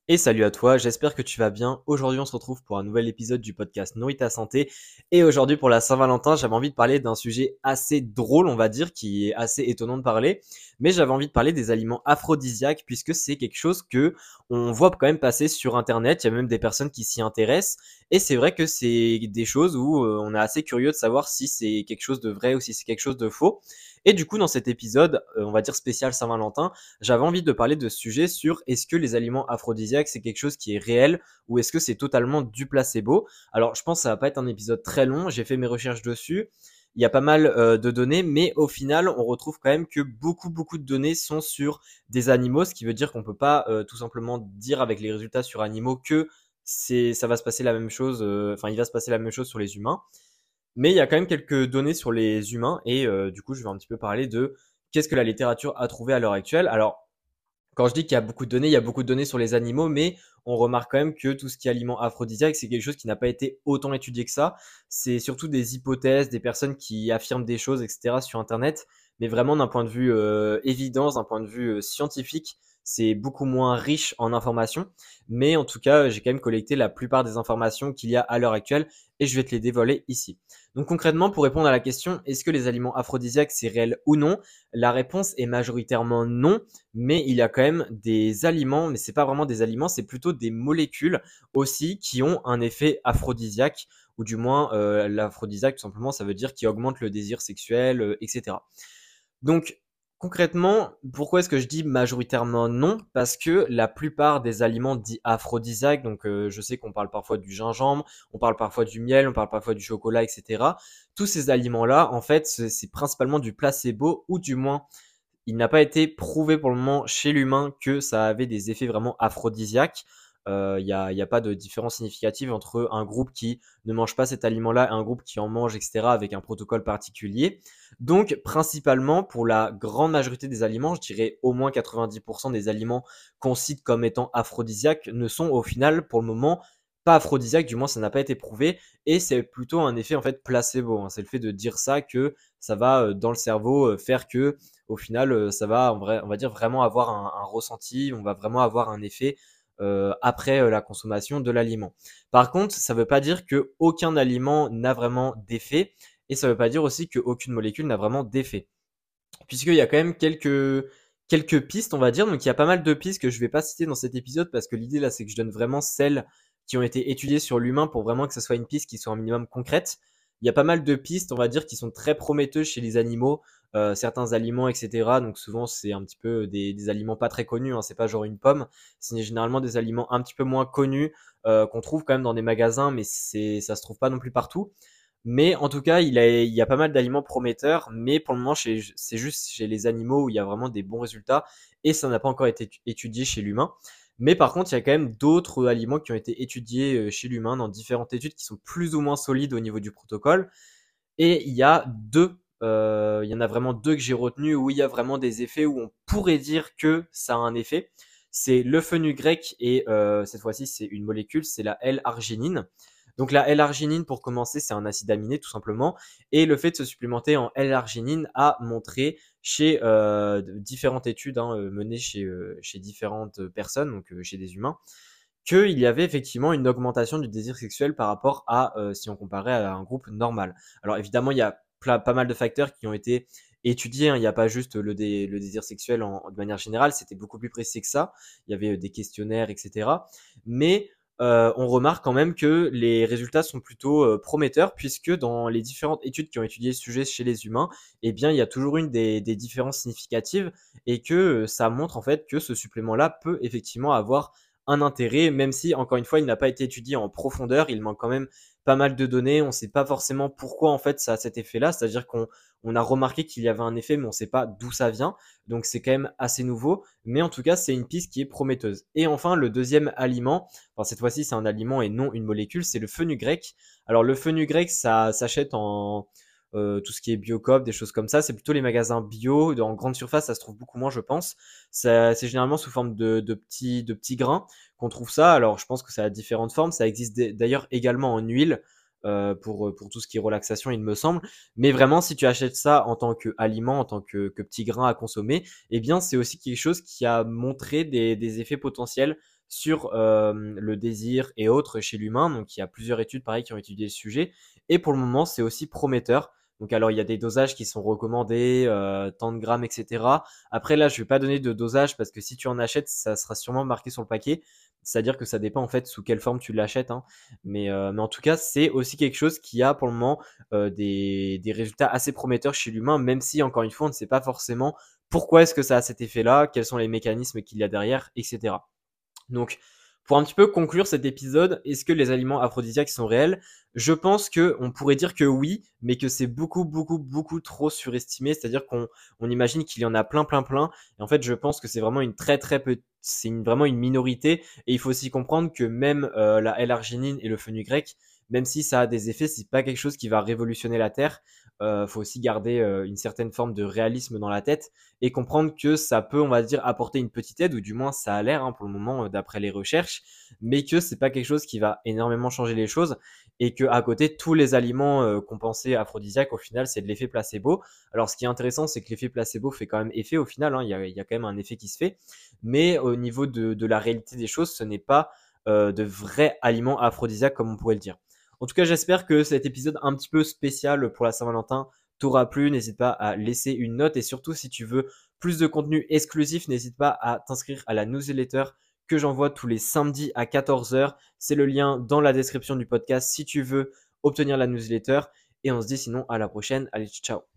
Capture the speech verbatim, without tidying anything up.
Et salut à toi, j'espère que tu vas bien. Aujourd'hui, on se retrouve pour un nouvel épisode du podcast Nourris ta santé. Et aujourd'hui, pour la Saint-Valentin, j'avais envie de parler d'un sujet assez drôle, on va dire, qui est assez étonnant de parler. Mais j'avais envie de parler des aliments aphrodisiaques, puisque c'est quelque chose que on voit quand même passer sur Internet. Il y a même des personnes qui s'y intéressent. Et c'est vrai que c'est des choses où euh, on est assez curieux de savoir si c'est quelque chose de vrai ou si c'est quelque chose de faux. Et du coup, dans cet épisode, euh, on va dire spécial Saint-Valentin, j'avais envie de parler de ce sujet sur est-ce que les aliments aphrodisiaques c'est quelque chose qui est réel ou est-ce que c'est totalement du placebo. Alors je pense que ça va pas être un épisode très long, j'ai fait mes recherches dessus, il y a pas mal euh, de données, mais au final on retrouve quand même que beaucoup beaucoup de données sont sur des animaux, ce qui veut dire qu'on peut pas euh, tout simplement dire avec les résultats sur animaux que c'est ça va se passer la même chose, euh, enfin il va se passer la même chose sur les humains. Mais il y a quand même quelques données sur les humains et euh, du coup, je vais un petit peu parler de qu'est-ce que la littérature a trouvé à l'heure actuelle. Alors, quand je dis qu'il y a beaucoup de données, il y a beaucoup de données sur les animaux, mais on remarque quand même que tout ce qui est aliment aphrodisiaque, c'est quelque chose qui n'a pas été autant étudié que ça. C'est surtout des hypothèses, des personnes qui affirment des choses, et cetera sur Internet, mais vraiment d'un point de vue euh, évidence, d'un point de vue euh, scientifique, c'est beaucoup moins riche en informations. Mais en tout cas, j'ai quand même collecté la plupart des informations qu'il y a à l'heure actuelle et je vais te les dévoiler ici. Donc concrètement, pour répondre à la question, est-ce que les aliments aphrodisiaques, c'est réel ou non? La réponse est majoritairement non, mais il y a quand même des aliments, mais c'est pas vraiment des aliments, c'est plutôt des molécules aussi qui ont un effet aphrodisiaque, ou du moins euh, l'aphrodisiaque tout simplement, ça veut dire qui augmente le désir sexuel, euh, et cetera. Donc, concrètement, pourquoi est-ce que je dis majoritairement non? Parce que la plupart des aliments dits aphrodisiaques, donc euh, je sais qu'on parle parfois du gingembre, on parle parfois du miel, on parle parfois du chocolat, et cetera. Tous ces aliments-là, en fait, c'est c'est principalement du placebo, ou du moins, il n'a pas été prouvé pour le moment chez l'humain que ça avait des effets vraiment aphrodisiaques. Euh, Il n'y a, y a pas de différence significative entre un groupe qui ne mange pas cet aliment-là et un groupe qui en mange, et cetera, avec un protocole particulier. Donc, principalement, pour la grande majorité des aliments, je dirais au moins quatre-vingt-dix pour cent des aliments qu'on cite comme étant aphrodisiaques ne sont au final, pour le moment, pas aphrodisiaques, du moins ça n'a pas été prouvé, et c'est plutôt un effet en fait placebo, hein. C'est le fait de dire ça que ça va euh, dans le cerveau euh, faire que au final, euh, ça va, on va, on va dire, vraiment avoir un, un ressenti, on va vraiment avoir un effet euh, après euh, la consommation de l'aliment. Par contre, ça ne veut pas dire qu'aucun aliment n'a vraiment d'effet, et ça ne veut pas dire aussi qu'aucune molécule n'a vraiment d'effet. Puisqu'il y a quand même quelques, quelques pistes, on va dire, donc il y a pas mal de pistes que je ne vais pas citer dans cet épisode, parce que l'idée là, c'est que je donne vraiment celles qui ont été étudiées sur l'humain pour vraiment que ce soit une piste qui soit un minimum concrète. Il y a pas mal de pistes, on va dire, qui sont très prometteuses chez les animaux, euh, certains aliments, et cetera. Donc souvent, c'est un petit peu des, des aliments pas très connus, hein, c'est pas genre une pomme, c'est généralement des aliments un petit peu moins connus, euh, qu'on trouve quand même dans des magasins, mais c'est, ça se trouve pas non plus partout. Mais en tout cas, il, a, il y a pas mal d'aliments prometteurs, mais pour le moment, chez- c'est juste chez les animaux où il y a vraiment des bons résultats, et ça n'a pas encore été étudié chez l'humain. Mais par contre, il y a quand même d'autres aliments qui ont été étudiés euh, chez l'humain dans différentes études qui sont plus ou moins solides au niveau du protocole. Et il y a deux, euh, il y en a vraiment deux que j'ai retenus où il y a vraiment des effets où on pourrait dire que ça a un effet. C'est le fenugrec et euh, cette fois-ci c'est une molécule, c'est la L-arginine. Donc la L-arginine, pour commencer, c'est un acide aminé tout simplement, et le fait de se supplémenter en L-arginine a montré chez euh, différentes études, hein, euh, menées chez, euh, chez différentes personnes, donc euh, chez des humains, qu'il y avait effectivement une augmentation du désir sexuel par rapport à euh, si on comparait à un groupe normal. Alors évidemment, il y a pla- pas mal de facteurs qui ont été étudiés, hein. Il n'y a pas juste le, dé- le désir sexuel en, de manière générale, c'était beaucoup plus précis que ça. Il y avait euh, des questionnaires, et cetera. Mais euh, on remarque quand même que les résultats sont plutôt euh, prometteurs, puisque dans les différentes études qui ont étudié le sujet chez les humains, eh bien, il y a toujours une des, des différences significatives, et que euh, ça montre en fait que ce supplément-là peut effectivement avoir un intérêt, même si, encore une fois, il n'a pas été étudié en profondeur, il manque quand même pas mal de données, on ne sait pas forcément pourquoi en fait ça a cet effet-là, c'est-à-dire qu'on on a remarqué qu'il y avait un effet, mais on ne sait pas d'où ça vient, donc c'est quand même assez nouveau, mais en tout cas c'est une piste qui est prometteuse. Et enfin le deuxième aliment, enfin cette fois-ci c'est un aliment et non une molécule, c'est le fenugrec. Alors le fenugrec ça s'achète en euh, tout ce qui est Biocoop, des choses comme ça, c'est plutôt les magasins bio, en grande surface ça se trouve beaucoup moins je pense. Ça, c'est généralement sous forme de, de, petits, de petits grains qu'on trouve ça. Alors, je pense que ça a différentes formes. Ça existe d'ailleurs également en huile euh, pour, pour tout ce qui est relaxation, il me semble. Mais vraiment, si tu achètes ça en tant qu'aliment, en tant que, que petit grain à consommer, eh bien, c'est aussi quelque chose qui a montré des, des effets potentiels sur euh, le désir et autres chez l'humain. Donc il y a plusieurs études pareil qui ont étudié le sujet. Et pour le moment, c'est aussi prometteur. Donc alors il y a des dosages qui sont recommandés, euh, tant de grammes, et cetera. Après là, je vais pas donner de dosage parce que si tu en achètes, ça sera sûrement marqué sur le paquet. C'est-à-dire que ça dépend en fait sous quelle forme tu l'achètes, hein. Mais, euh, mais en tout cas, c'est aussi quelque chose qui a pour le moment euh, des, des résultats assez prometteurs chez l'humain, même si encore une fois, on ne sait pas forcément pourquoi est-ce que ça a cet effet-là, quels sont les mécanismes qu'il y a derrière, et cetera. Donc, pour un petit peu conclure cet épisode, est-ce que les aliments aphrodisiaques sont réels? Je pense que on pourrait dire que oui, mais que c'est beaucoup, beaucoup, beaucoup trop surestimé. C'est-à-dire qu'on on imagine qu'il y en a plein, plein, plein. Et en fait, je pense que c'est vraiment une très, très peu, c'est une- vraiment une minorité. Et il faut aussi comprendre que même euh, la L-arginine et le fenugrec, même si ça a des effets, c'est pas quelque chose qui va révolutionner la Terre. Euh, faut aussi garder euh, une certaine forme de réalisme dans la tête et comprendre que ça peut, on va dire, apporter une petite aide, ou du moins ça a l'air hein, pour le moment, euh, d'après les recherches, mais que c'est pas quelque chose qui va énormément changer les choses, et que à côté, tous les aliments euh, qu'on pensait aphrodisiaques, au final, c'est de l'effet placebo. Alors ce qui est intéressant, c'est que l'effet placebo fait quand même effet au final, hein, il y, a, il y a quand même un effet qui se fait, mais au niveau de, de la réalité des choses, ce n'est pas euh, de vrais aliments aphrodisiaques comme on pourrait le dire. En tout cas, j'espère que cet épisode un petit peu spécial pour la Saint-Valentin t'aura plu. N'hésite pas à laisser une note, et surtout si tu veux plus de contenu exclusif, n'hésite pas à t'inscrire à la newsletter que j'envoie tous les samedis à quatorze heures. C'est le lien dans la description du podcast si tu veux obtenir la newsletter. Et on se dit sinon à la prochaine. Allez, ciao.